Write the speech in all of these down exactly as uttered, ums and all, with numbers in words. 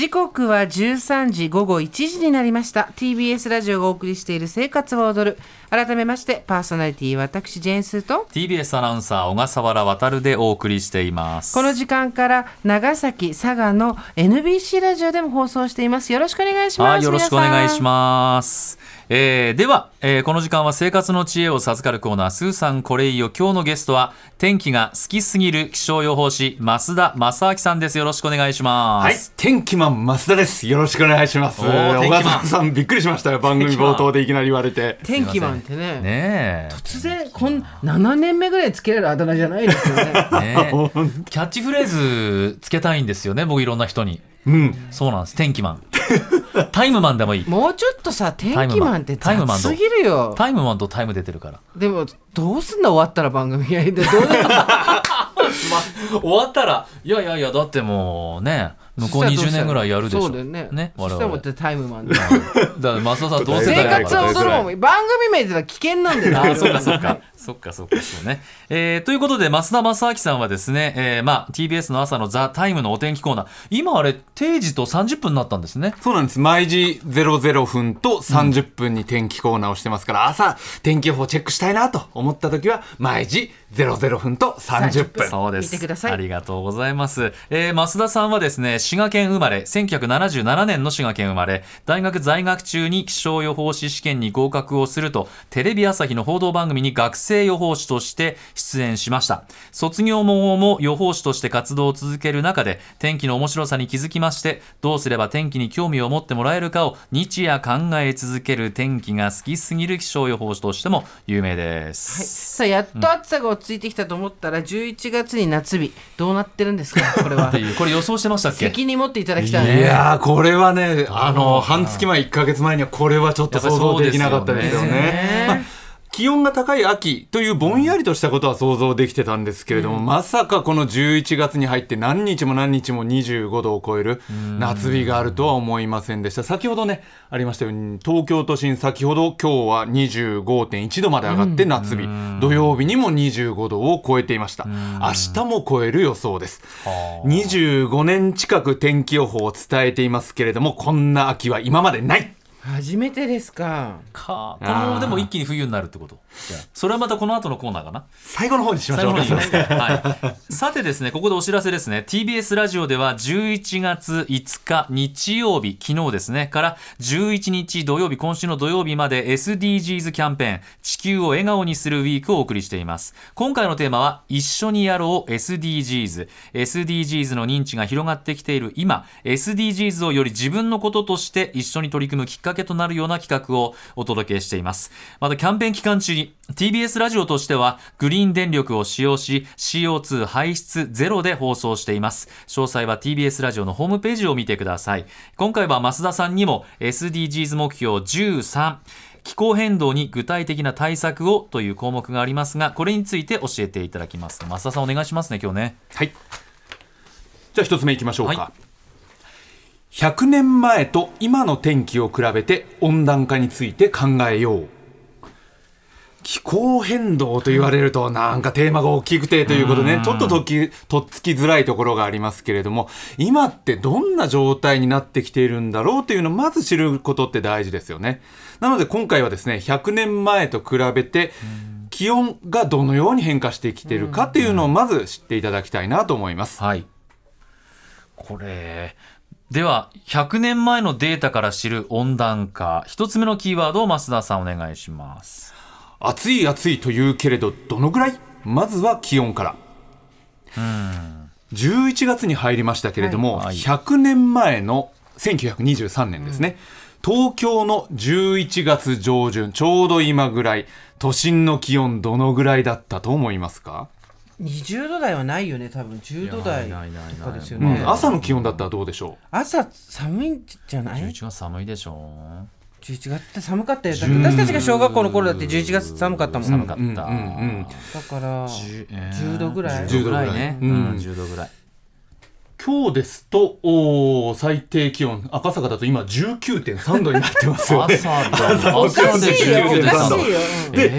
時刻はじゅうさんじごごいちじになりました。 ティービーエス ラジオがお送りしている生活は踊る。改めましてパーソナリティ私ジェーンスーとティービーエス アナウンサー小笠原渉でお送りしています。 この時間から長崎佐賀の エヌビーシー ラジオでも放送しています。よろしくお願いします。 はい、よろしくお願いします。えー、では、えー、この時間は生活の知恵を授かるコーナー、スーさんこれいいよ。今日のゲストは天気が好きすぎる気象予報士増田正明さんです。よろしくお願いします。 はい、天気マン増田です。よろしくお願いします。 おー、 小笠原さんびっくりしましたよ、番組冒頭でいきなり言われて。 天気マンってね、 ねえ突然こんななねんめぐらいつけられるあだ名じゃないですよね。 ねキャッチフレーズつけたいんですよね、僕いろんな人に。 うん、 そうなんです。天気マンタイムマンでもいい。 もうちょっとさ、天気マンって雑すぎるよ。 タイムマンとタイム出てるから。 でもどうすんの、終わったら番組やりでどうでま、終わったらいやいやいや、だってもうね、向こうにじゅうねんぐらいやるでしょ。 そうだよね。 ね、 そしたらもってタイムマンでだから増田さんどうせ生活は踊るもん、番組名では危険なんでね。 あ、そっかそっかそっかそっかそうね。えー、ということで増田正明さんはですね、えー、まあ ティービーエス の朝のザ・タイムのお天気コーナー、今あれ定時とさんじゅっぷんになったんですね。 そうなんです。毎時ゼロゼロふんとさんじゅっぷんに天気コーナーをしてますから、うん、朝天気予報チェックしたいなと思った時は毎時ゼロゼロふんとさんじゅっぷん。 そうです。 見てください。 ありがとうございます。えー、増田さんはですね、滋賀県生まれ、せんきゅうひゃくななじゅうななねんの滋賀県生まれ、大学在学中に気象予報士試験に合格をすると、テレビ朝日の報道番組に学生予報士として出演しました。卒業後も予報士として活動を続ける中で、天気の面白さに気づきまして、どうすれば天気に興味を持ってもらえるかを日夜考え続ける天気が好きすぎる気象予報士としても有名です。 はい、さあやっと暑さが落ち着いてきたと思ったら、じゅういちがつに夏日、どうなってるんですかこれは。 これ予想してましたっけ？ 責任持っていただきたい。 いやー、これはね、あの半月前いっかげつまえにはこれはちょっと想像できなかったですよね。まあ、気温が高い秋というぼんやりとしたことは想像できてたんですけれども、うん、まさかこのじゅういちがつに入って何日も何日もにじゅうごどを超える夏日があるとは思いませんでした。先ほどねありましたように、東京都心先ほど今日は にじゅうごてんいちどまで上がって夏日、土曜日にもにじゅうごどを超えていました。明日も超える予想です。にじゅうごねん近く天気予報を伝えていますけれども、こんな秋は今までない。 初めてですか。 かこのでも一気に冬になるってこと。それはまたこの後のコーナーかな。 最後の方にしましょうか。 はい、さてですね、ここでお知らせですね。 ティービーエス ラジオではじゅういちがついつか日曜日、昨日ですねからじゅういちにち土曜日、今週の土曜日まで エスディージーズ キャンペーン、地球を笑顔にするウィークをお送りしています。今回のテーマは一緒にやろう エスディージーズ。 エスディージーズ の認知が広がってきている今、 エスディージーズ をより自分のこととして一緒に取り組むきっかけとなるような企画をお届けしています。またキャンペーン期間中に ティービーエス ラジオとしてはグリーン電力を使用し シーオーツー 排出ゼロで放送しています。詳細は ティービーエス ラジオのホームページを見てください。今回は増田さんにも エスディージーズ 目標じゅうさん、気候変動に具体的な対策をという項目がありますが、これについて教えていただきます。増田さんお願いしますね、今日ね。 はい、じゃあ一つ目いきましょうか。はい、ひゃくねんまえと今の天気を比べて温暖化について考えよう。気候変動と言われるとなんかテーマが大きくてということでね、ちょっとときとっつきづらいところがありますけれども、今ってどんな状態になってきているんだろうというのをまず知ることって大事ですよね。なので今回はですね、ひゃくねんまえと比べて気温がどのように変化してきているかというのをまず知っていただきたいなと思います。 はい、これではひゃくねんまえのデータから知る温暖化、一つ目のキーワードを増田さんお願いします。 暑い暑いと言うけれどどのぐらい。まずは気温から。 うん、 じゅういちがつに入りましたけれども、はい、ひゃくねんまえのせんきゅうひゃくにじゅうさんねんですね、うん、東京のじゅういちがつ上旬、ちょうど今ぐらい、都心の気温どのぐらいだったと思いますか？ にじゅうど台はないよね、多分じゅうど台とかですよね、 うん、朝の気温だったらどうでしょう。 朝寒いんじゃない？ じゅういちがつ寒いでしょう。 じゅういちがつって寒かったよ。だって私たちが小学校の頃だってじゅういちがつ寒かったもん。 寒かった、うんうんうん、 だからじゅうどぐらい、 じゅうどぐらいね、うん、じゅうどぐらい。 今日ですとお最低気温赤坂だと今 じゅうきゅうてんさんどになってますよね。 朝だ朝おかしいよ、おかしいよ。 で、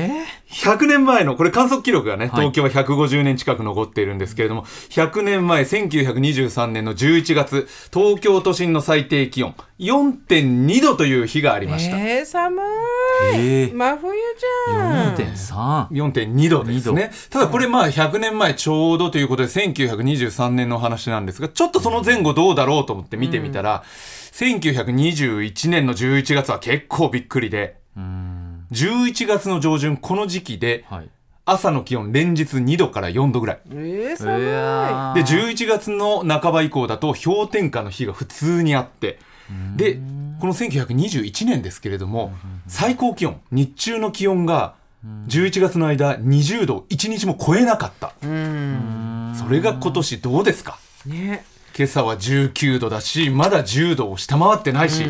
ひゃくねんまえのこれ観測記録がね、 はい東京はひゃくごじゅうねん近く残っているんですけれども、ひゃくねんまえせんきゅうひゃくにじゅうさんねんのじゅういちがつ、東京都心の最低気温 よんてんにどという日がありました。 えー、寒い、 えー、 真冬じゃん。 よんてんさんよんてんにどですね。ただこれまあひゃくねんまえちょうどということでせんきゅうひゃくにじゅうさんねんの話なんですが、ちょっとその前後どうだろうと思って見てみたら、うん、せんきゅうひゃくにじゅういちねんのじゅういちがつは結構びっくりで、うん、じゅういちがつの上旬この時期で、はい、朝の気温連日にどからよんどぐらい、 えー、寒い。 でじゅういちがつの半ば以降だと氷点下の日が普通にあって、でこのせんきゅうひゃくにじゅういちねんですけれども、最高気温日中の気温がじゅういちがつの間にじゅうどいちにちも超えなかった。うん、それが今年どうですか、ね、今朝はじゅうきゅうどだし、まだじゅうどを下回ってないし、うんうん、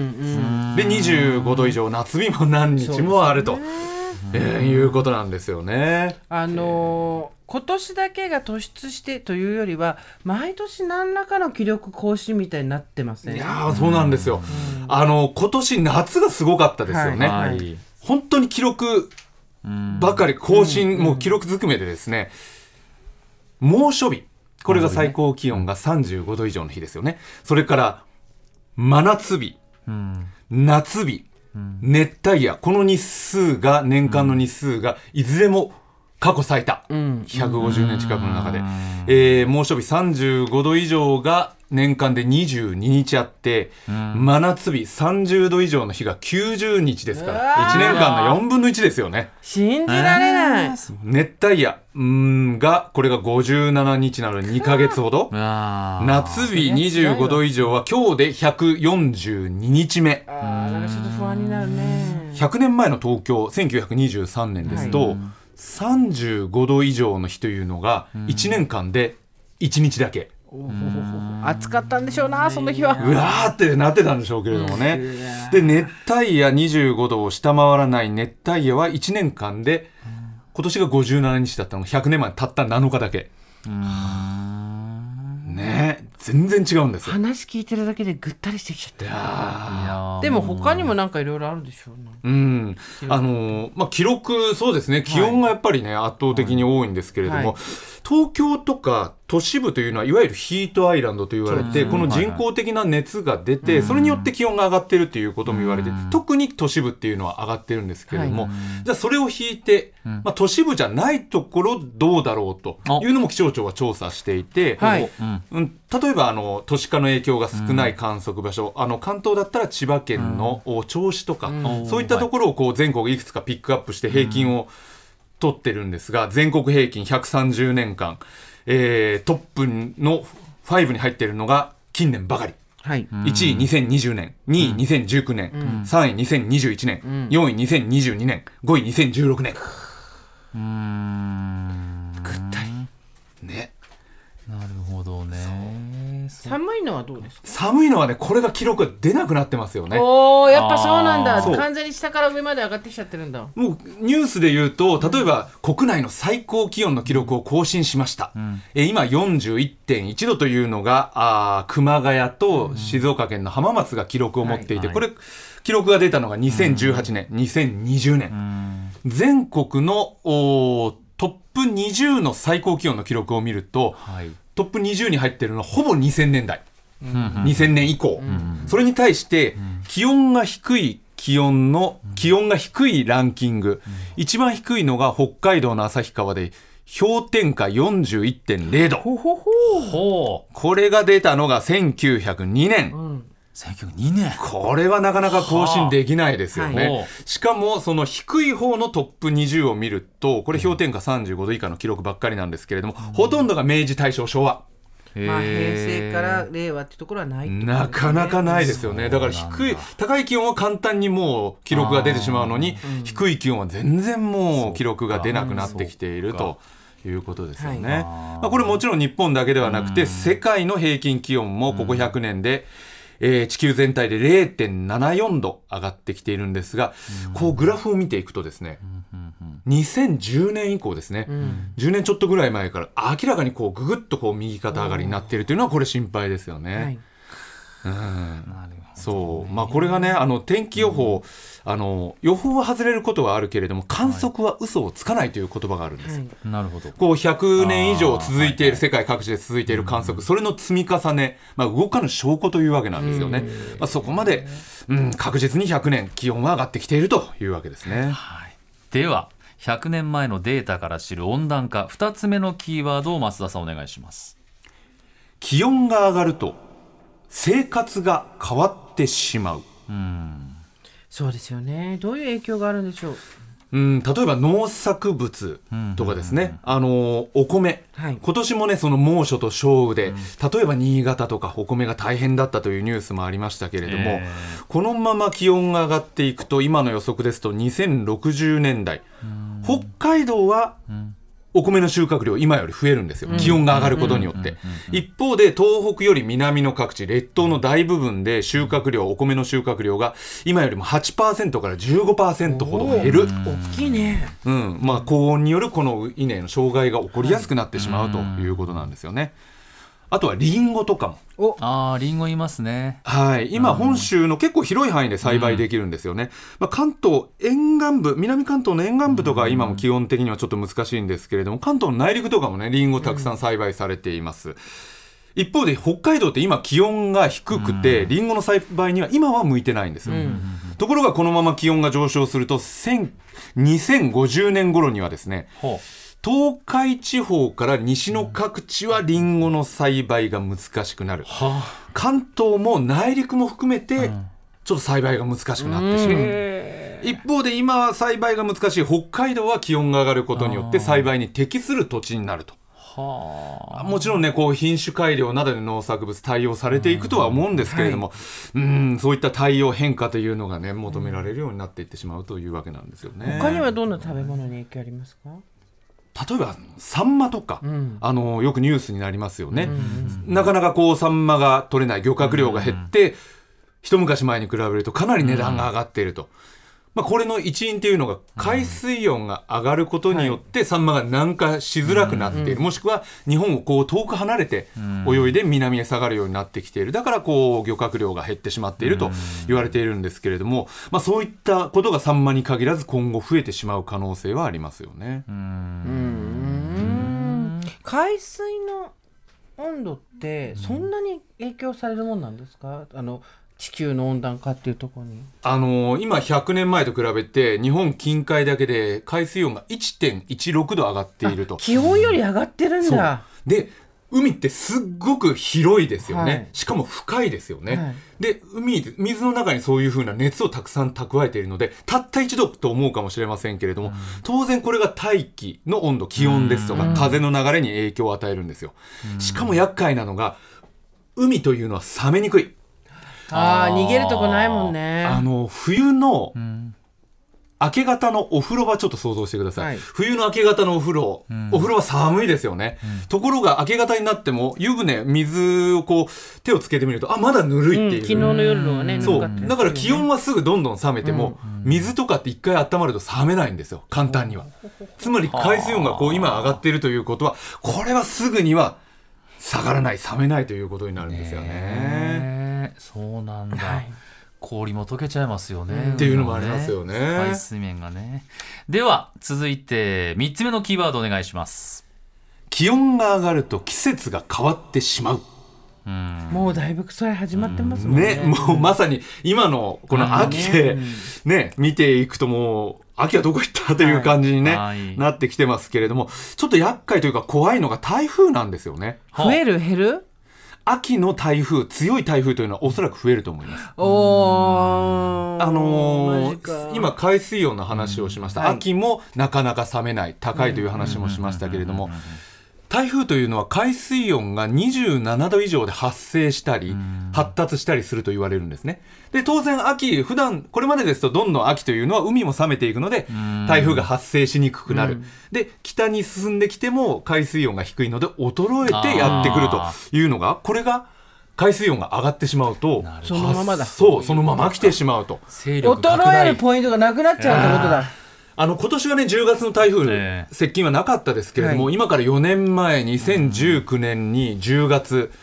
でにじゅうごど以上夏日も何日もあると、えー、いうことなんですよね。 あのー、今年だけが突出してというよりは毎年何らかの記録更新みたいになってません？ いやそうなんですよ、うん、あの今年夏がすごかったですよね、はいはい、本当に記録ばかり更新、うん、もう記録ずくめでですね、猛暑日、これが最高気温がさんじゅうごど以上の日ですよね。それから真夏日、うん、夏日、うん、熱帯夜、この日数が年間の日数がいずれも過去最多、うん、ひゃくごじゅうねん近くの中で、うん、えー、猛暑日さんじゅうごど以上が年間でにじゅうににちあって、うん、真夏日さんじゅうど以上の日がきゅうじゅうにちですから、いちねんかんのよんぶんのいちですよね。 信じられない。 熱帯夜んがこれがごじゅうななにちなのでにかげつほど、夏日にじゅうごど以上は今日でひゃくよんじゅうににちめ。 あ、なんかちょっと不安になるね。 ひゃくねんまえの東京せんきゅうひゃくにじゅうさんねんですと、はい、さんじゅうごど以上の日というのがいちねんかんでいちにちだけ。 暑かったんでしょうな、その日は。 うわーってなってたんでしょうけれどもね。で熱帯夜にじゅうごどを下回らない熱帯夜はいちねんかんで、今年がごじゅうななにちだったのがひゃくねんまえたったなのかだけ。うーんね、全然違うんですよ。 話聞いてるだけでぐったりしてきちゃった。いやでも他にもなんかいろいろあるでしょうね。 うん、あのーまあ、記録、そうですね、気温がやっぱりね、はい、圧倒的に多いんですけれども、はい、東京とか都市部というのはいわゆるヒートアイランドと言われて、この人工的な熱が出て、それによって気温が上がっているということも言われて、特に都市部っていうのは上がってるんですけれども、はい、じゃあそれを引いて、まあ、都市部じゃないところどうだろうというのも気象庁は調査していて、はい、うん、例えばあの都市化の影響が少ない観測場所、あの関東だったら千葉県の銚子とか、そういったところをこう全国いくつかピックアップして平均を取ってるんですが、全国平均ひゃくさんじゅうねんかん、えー、トップのごに入っているのが近年ばかり、はい、いちいにせんにじゅうねん、にいにせんじゅうきゅうねん、うん、さんいにせんにじゅういちねん、うん、よんいにせんにじゅうにねん、ごいにせんじゅうろくねん。うーん、ぐったりね。 なるほどね。 寒いのはどうですか？ 寒いのはね、これが記録が出なくなってますよね。 おー、やっぱそうなんだ。完全に下から上まで上がってきちゃってるんだ。 もうニュースで言うと、例えば国内の最高気温の記録を更新しました、うん、え今 よんじゅういってんいちどというのがあ熊谷と静岡県の浜松が記録を持っていて、うん、これ記録が出たのがにせんじゅうはちねん、うん、にせんにじゅうねん、うん、全国のトップにじゅうの最高気温の記録を見ると、はい、トップにじゅうに入っているのはほぼにせんねんだい、うん、にせんねん以降、うん、それに対して気温が低い気温の、うん、気温が低いランキング、うん、一番低いのが北海道の旭川で氷点下 よんじゅういってんれいど、ほほほこれが出たのがせんきゅうひゃくにねん、うん、 せんきゅうひゃくにねん、 これはなかなか更新できないですよね、はい、しかもその低い方のトップにじゅうを見ると、これ氷点下さんじゅうごど以下の記録ばっかりなんですけれども、うん、ほとんどが明治大正昭和、 まあ、平成から令和ってところはないってことですね。 なかなかないですよね。だから低い高い気温は簡単にもう記録が出てしまうのに、うん、低い気温は全然もう記録が出なくなってきているということですよね、はい、まあ、これもちろん日本だけではなくて、うん、世界の平均気温もここひゃくねんで、うん、えー、地球全体で れいてんななよんど上がってきているんですが、うん、こうグラフを見ていくとですね、うんうんうん、にせんじゅうねん以降ですね、うん、じゅうねんちょっとぐらい前から明らかにこうぐぐっとこう右肩上がりになっているというのはこれ心配ですよね、はい、 うん、 なるほどね。 そうまあ、これがねあの天気予報、うん、あの予報は外れることはあるけれども観測は嘘をつかないという言葉があるんです、はい、 なるほど。 こうひゃくねん以上続いている、世界各地で続いている観測、それの積み重ね、まあ、動かぬ証拠というわけなんですよね。まあ、そこまで、うん、確実にひゃくねん気温は上がってきているというわけですね。 はい、ではひゃくねんまえのデータから知る温暖化、ふたつめのキーワードを増田さんお願いします。 気温が上がると生活が変わってしまう。 うん、そうですよね。どういう影響があるんでしょう。 うん、例えば農作物とかですね、うんうんうん、あのお米、はい、今年もねその猛暑と少雨で、うん、例えば新潟とかお米が大変だったというニュースもありましたけれども、えー、このまま気温が上がっていくと今の予測ですとにせんろくじゅうねんだい、北海道は、うんお米の収穫量今より増えるんですよ、気温が上がることによって。一方で東北より南の各地、列島の大部分で収穫量、お米の収穫量が今よりも はちパーセント から じゅうごパーセント ほど減る。 大きいね、 うんまあ、高温によるこの稲への障害が起こりやすくなってしまうということなんですよね。あとはリンゴとかも。 おあリンゴいますね。 はい、今本州の結構広い範囲で栽培できるんですよね。うんまあ、関東沿岸部、南関東の沿岸部とか今も気温的にはちょっと難しいんですけれども、関東の内陸とかもねリンゴたくさん栽培されています。うん、一方で北海道って今気温が低くて、うん、リンゴの栽培には今は向いてないんですよ。うん、ところがこのまま気温が上昇するとにせんごじゅうねん頃にはですね、ほう東海地方から西の各地はリンゴの栽培が難しくなる、はあ、関東も内陸も含めてちょっと栽培が難しくなってしまう、うん、一方で今は栽培が難しい北海道は気温が上がることによって栽培に適する土地になると。はあ、もちろんねこう品種改良などで農作物対応されていくとは思うんですけれども、うん、はい、うんそういった対応変化というのがね求められるようになっていってしまうというわけなんですよね。 他にはどんな食べ物に影響ありますか？ 例えばサンマとか、うん、あのよくニュースになりますよね、うんうん、なかなかこうサンマが取れない、漁獲量が減って、うん、一昔前に比べるとかなり値段が上がっていると、うんまあ、これの一因というのが海水温が上がることによってサンマが南下しづらくなっている、うん、もしくは日本をこう遠く離れて泳いで南へ下がるようになってきている、だからこう漁獲量が減ってしまっていると言われているんですけれども、まあ、そういったことがサンマに限らず今後増えてしまう可能性はありますよね。うーんうーん海水の温度ってそんなに影響されるもんなんですか？あの地球の温暖化っていうところに。 あのー、今ひゃくねんまえと比べて日本近海だけで海水温が いってんいちろく 度上がっていると。 気温より上がってるんだ。 で海ってすっごく広いですよね、はい、しかも深いですよね、はい、で海水の中にそういう風な熱をたくさん蓄えているのでたったいちどと思うかもしれませんけれども、うん、当然これが大気の温度、気温ですとか、うん、風の流れに影響を与えるんですよ、うん、しかも厄介なのが海というのは冷めにくい。 あ逃げるとこないもんね。 あの冬の明け方のお風呂場ちょっと想像してください、はい、冬の明け方のお風呂、うん、お風呂は寒いですよね、うん、ところが明け方になっても湯船水をこう手をつけてみるとあまだぬるいっていう、うん、 昨日の夜のはねそうだから気温はすぐどんどん冷めても、うん、水とかって一回温まると冷めないんですよ簡単には。つまり海水温がこう今上がっているということはこれはすぐには下がらない冷めないということになるんですよね。 ねそうなんだ、はい、氷も溶けちゃいますよね、 っていうのもありますよね、 海水面がね。では続いてみっつめのキーワードお願いします。 気温が上がると季節が変わってしまう。 うんもうだいぶそれ始まってますもんね。 ねもうまさに今のこの秋で、ね、見ていくともう秋はどこ行ったという感じに、ねはい、なってきてますけれども、ちょっと厄介というか怖いのが台風なんですよね。 増える減る？ 秋の台風、強い台風というのはおそらく増えると思います。おあのー、今海水温の話をしました、はい、秋もなかなか冷めない高いという話もしましたけれども、台風というのは海水温がにじゅうななど以上で発生したり発達したりすると言われるんですね。で当然秋普段これまでですとどんどん秋というのは海も冷めていくので台風が発生しにくくなる。で北に進んできても海水温が低いので衰えてやってくるというのがこれが海水温が上がってしまうとそのままだそうそのまま来てしまうと衰えるポイントがなくなっちゃうってことだ。 あの今年はねじゅうがつの台風、えー、接近はなかったですけれども、はい、今からよねんまえにせんじゅうきゅうねんにじゅうがつ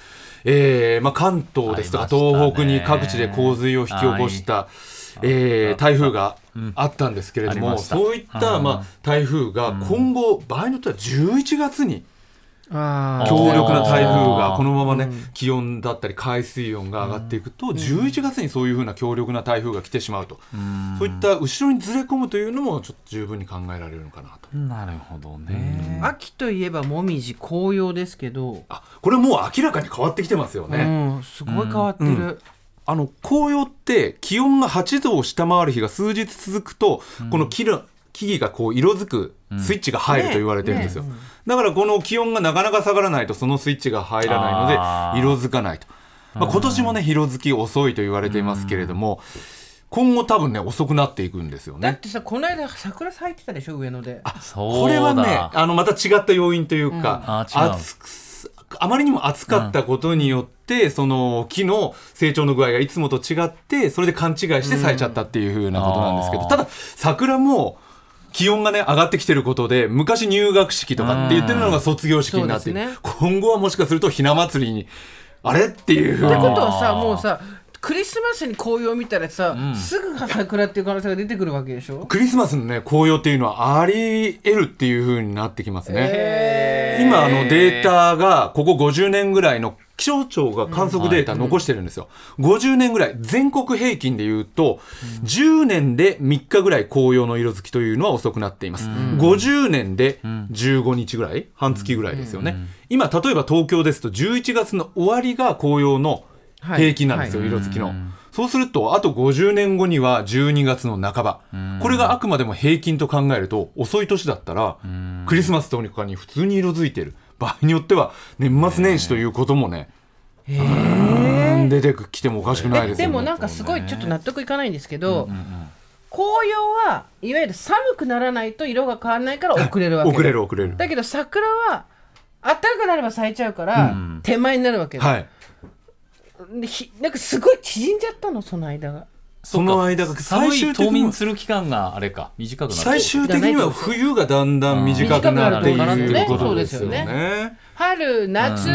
えーまあ、関東ですとか東北に各地で洪水を引き起こした、えー、台風があったんですけれども、そういった、まあ、台風が今後、場合によってはじゅういちがつに強力な台風がこのままね、気温だったり海水温が上がっていくと、じゅういちがつにそういう風な強力な台風が来てしまうと、そういった後ろにずれ込むというのもちょっと十分に考えられるのかなと。 なるほどね。 秋といえばもみじ紅葉ですけど、 あ、これもう明らかに変わってきてますよね、 うん、すごい変わってる、うん、 あの紅葉って気温がはちどを下回る日が数日続くと、うん、この木の木々がこう色づくスイッチが入ると言われてるんですよ、うんねね、だからこの気温がなかなか下がらないとそのスイッチが入らないので色づかないと、まあ、今年もね色づき遅いと言われていますけれども、うん、今後多分ね遅くなっていくんですよね。 だってさ、この間桜咲いてたでしょ、上野で。 あ、 これはね、あのまた違った要因というか、うん、あ, 暑くあまりにも暑かったことによって、うん、その木の成長の具合がいつもと違ってそれで勘違いして咲いちゃったっていう風なことなんですけど、うん、ただ桜も気温がね上がってきてることで、昔入学式とかって言ってるのが卒業式になっている、ね、今後はもしかするとひな祭りにあれっていう風ってことはさ、もうさクリスマスに紅葉見たらさ、うん、すぐ桜っていう可能性が出てくるわけでしょ。 クリスマスのね紅葉っていうのはあり得るっていう風になってきますね。今あのデータがここごじゅうねんぐらいの気象庁が観測データ残してるんですよ、うんはい、ごじゅうねんぐらい全国平均でいうと、うん、じゅうねんでみっかぐらい紅葉の色づきというのは遅くなっています、うん、ごじゅうねんでじゅうごにちぐらい、半月ぐらいですよね、うん、今例えば東京ですとじゅういちがつの終わりが紅葉の平均なんですよ、はいはい、色づきの、うん、そうするとあとごじゅうねんごにはじゅうにがつの半ば、うん、これがあくまでも平均と考えると遅い年だったら、うん、クリスマスとかに普通に色づいてる、場合によっては年末年始ということもね、へー出てきてもおかしくないですよね。 でもなんかすごいちょっと納得いかないんですけど、うんうんうん、紅葉はいわゆる寒くならないと色が変わらないから遅れるわけ遅れる遅れる。 だけど桜は暖かくなれば咲いちゃうから、うん、手前になるわけだ、はい、でひなんかすごい縮んじゃったの、その間が。 その間が最終的に冬眠する期間があれか短くなる。 最終的には冬がだんだん短くなっていることですよね。 春夏、うん、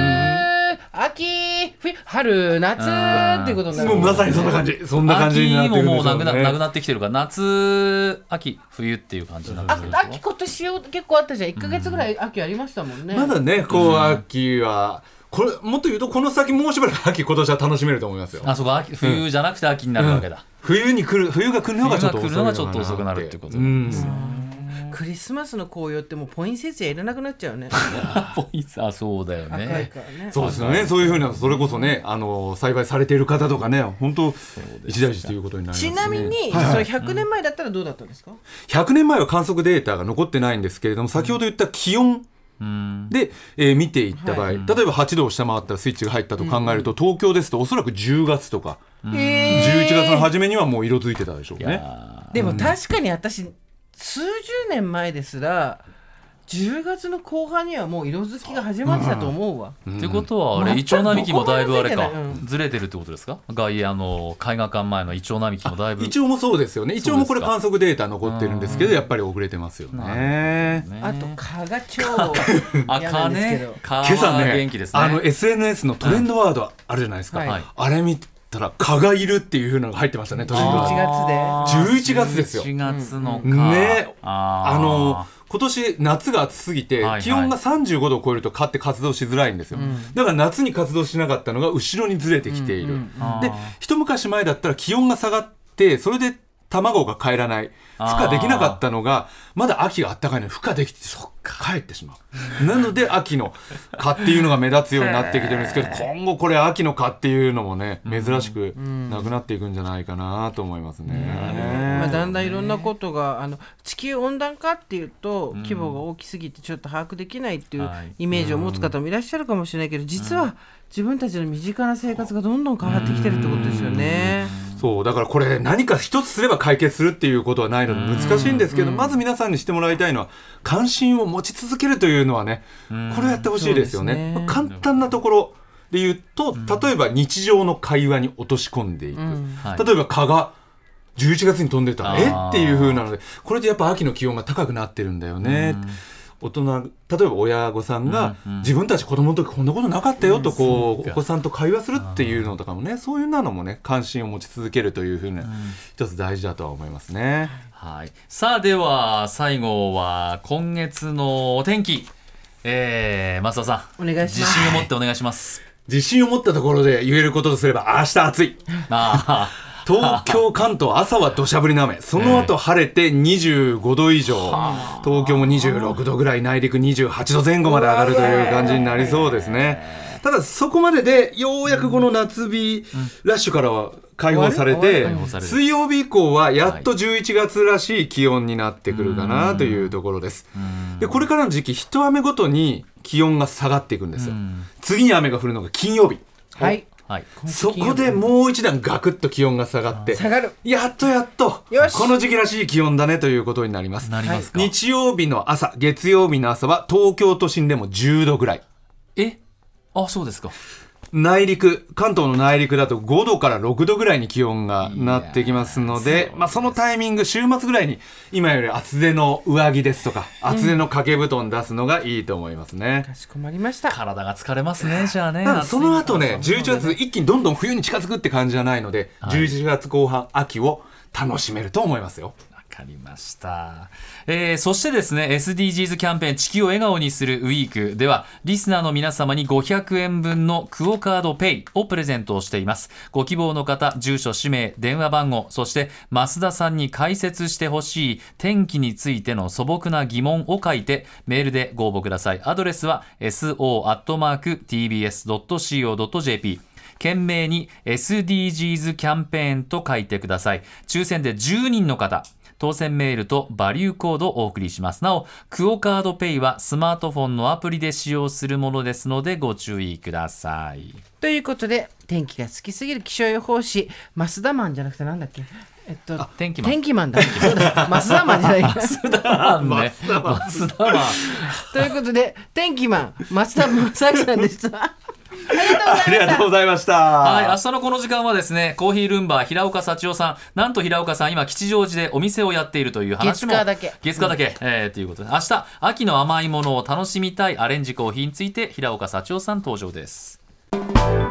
秋冬春夏っていうことになる、ね、 もうまさにそんな感じそんな感じになってるんですよね。 秋ももうなく な, なくなってきてるから夏秋冬っていう感じになってるんですよ。 秋今年結構あったじゃん。いっかげつぐらい秋ありましたもんね、 うん、まだねこう、うん、秋はこれもっと言うとこの先もうしばらく秋今年は楽しめると思いますよ。 あ、そうか、秋冬じゃなくて秋になるわけだ、うん、 冬に来る冬が来るのがちょっと遅いのがちょっと遅くなるっていうことなんですよ、 うん、クリスマスの紅葉ってもうポインセチアいらなくなっちゃうねポインセあそうだよね。 赤いからね。 そうですよね。そういうふうなそれこそねあの栽培されている方とかね本当一大事ということになりますね。 ちなみに、はいはい、それひゃくねんまえだったらどうだったんですか。 ひゃくねんまえは観測データが残ってないんですけれども、先ほど言った気温で、えー、見ていった場合、はい、例えばはちどを下回ったらスイッチが入ったと考えると、うん、東京ですとおそらくじゅうがつとか、うん、じゅういちがつの初めにはもう色づいてたでしょうね。 でも確かに私数十年前ですらじゅうがつの後半にはもう色づきが始まってたと思うわ、 うん、ってことはあれイチョウ並木もだいぶあれか、うん、ずれてるってことですか。外野の絵画館前のイチョウ並木もだいぶ。 イチョウもそうですよね。イチョウもこれ観測データ残ってるんですけどやっぱり遅れてますよね。 あと蚊が超赤ね。 今朝ね元気ですね。あの エスエヌエス のトレンドワードあるじゃないですか、はい、あれ見たら蚊がいるっていう風なのが入ってましたね。トレンドワードじゅういちがつでじゅういちがつですよ。 じゅういちがつの蚊、 ね、あ, あの今年夏が暑すぎて、はいはい、気温がさんじゅうごどを超えると蚊って活動しづらいんですよ、うん、だから夏に活動しなかったのが後ろにずれてきている、うんうんうん、で一昔前だったら気温が下がってそれで卵が帰らない孵化できなかったのがまだ秋が暖かいのに孵化できて帰ってしまうなので秋の蚊っていうのが目立つようになってきてるんですけど今後これ秋の蚊っていうのもね珍しくなくなっていくんじゃないかなと思いますね、 まあ、だんだんいろんなことがあの地球温暖化っていうと規模が大きすぎてちょっと把握できないっていうイメージを持つ方もいらっしゃるかもしれないけど実は自分たちの身近な生活がどんどん変わってきてるってことですよね。 そうだからこれ何か一つすれば解決するっていうことはないので難しいんですけど、まず皆さんにしてもらいたいのは関心を持ち続けるというのはねこれをやってほしいですよね。まあ、簡単なところで言うと例えば日常の会話に落とし込んでいく、例えば蚊がじゅういちがつに飛んでたえっていう風なのでこれでやっぱ秋の気温が高くなってるんだよね。 大人、例えば親御さんが、うんうん、自分たち子供の時こんなことなかったよとこう、うん、お子さんと会話するっていうのとかもね、そういうのもね関心を持ち続けるというふうな、うん、一つ大事だとは思いますね。 はい、さあでは最後は今月のお天気、えー、増田さん、 お願いします。 自信を持ってお願いします。 自信を持ったところで言えることとすれば、明日暑い。あ東京、関東、朝は土砂降りの雨、その後晴れてにじゅうごど以上、東京もにじゅうろくどぐらい、内陸にじゅうはちどぜん後まで上がるという感じになりそうですね。ただそこまででようやくこの夏日ラッシュからは解放されて、水曜日以降はやっとじゅういちがつらしい気温になってくるかなというところです。でこれからの時期、一雨ごとに気温が下がっていくんですよ。次に雨が降るのが金曜日、 はい、 はい、 そこでもう一段ガクッと気温が下がって下がる、 やっとやっとこの時期らしい気温だねということになります。 なりますか。 日曜日の朝、月曜日の朝は東京都心でもじゅうどぐらい。 えあ、そうですか。 内陸、関東の内陸だとごどからろくどぐらいに気温がなってきますので、まあ、そのタイミング、週末ぐらいに今より厚手の上着ですとか厚手の掛け布団出すのがいいと思いますね。 かしこまりました。 体が疲れますね。じゃあね、 その後ね、じゅういちがつ一気にどんどん冬に近づくって感じじゃないので、はい、じゅういちがつこう半、秋を楽しめると思いますよ。 わかりました。えー、そしてですね エスディージーズ キャンペーン地球を笑顔にするウィークではリスナーの皆様にごひゃくえんぶんのクオカードペイをプレゼントをしています。ご希望の方、住所、氏名、電話番号、そして増田さんに解説してほしい天気についての素朴な疑問を書いてメールでご応募ください。アドレスは エスオー アットマーク ティービーエス ドット シーオー ドット ジェーピー、懸命に エスディージーズ キャンペーンと書いてください。抽選でじゅうにんの方、当選メールとバリューコードをお送りします。なお、クオカードペイはスマートフォンのアプリで使用するものですのでご注意ください。 ということで、天気が好きすぎる気象予報士増田マンじゃなくてなんだっけ、えっと、 天気マン天気マンだ増田マンじゃない増田マンね増田マンということで、天気マン増田正明さんでしたありがとうございました。 はい、明日のこの時間はですね、コーヒールンバー平岡幸男さん、なんと平岡さん今吉祥寺でお店をやっているという話も月火だけ月火だけ、うん、えー、ということで、明日秋の甘いものを楽しみたいアレンジコーヒーについて平岡幸男さん登場です。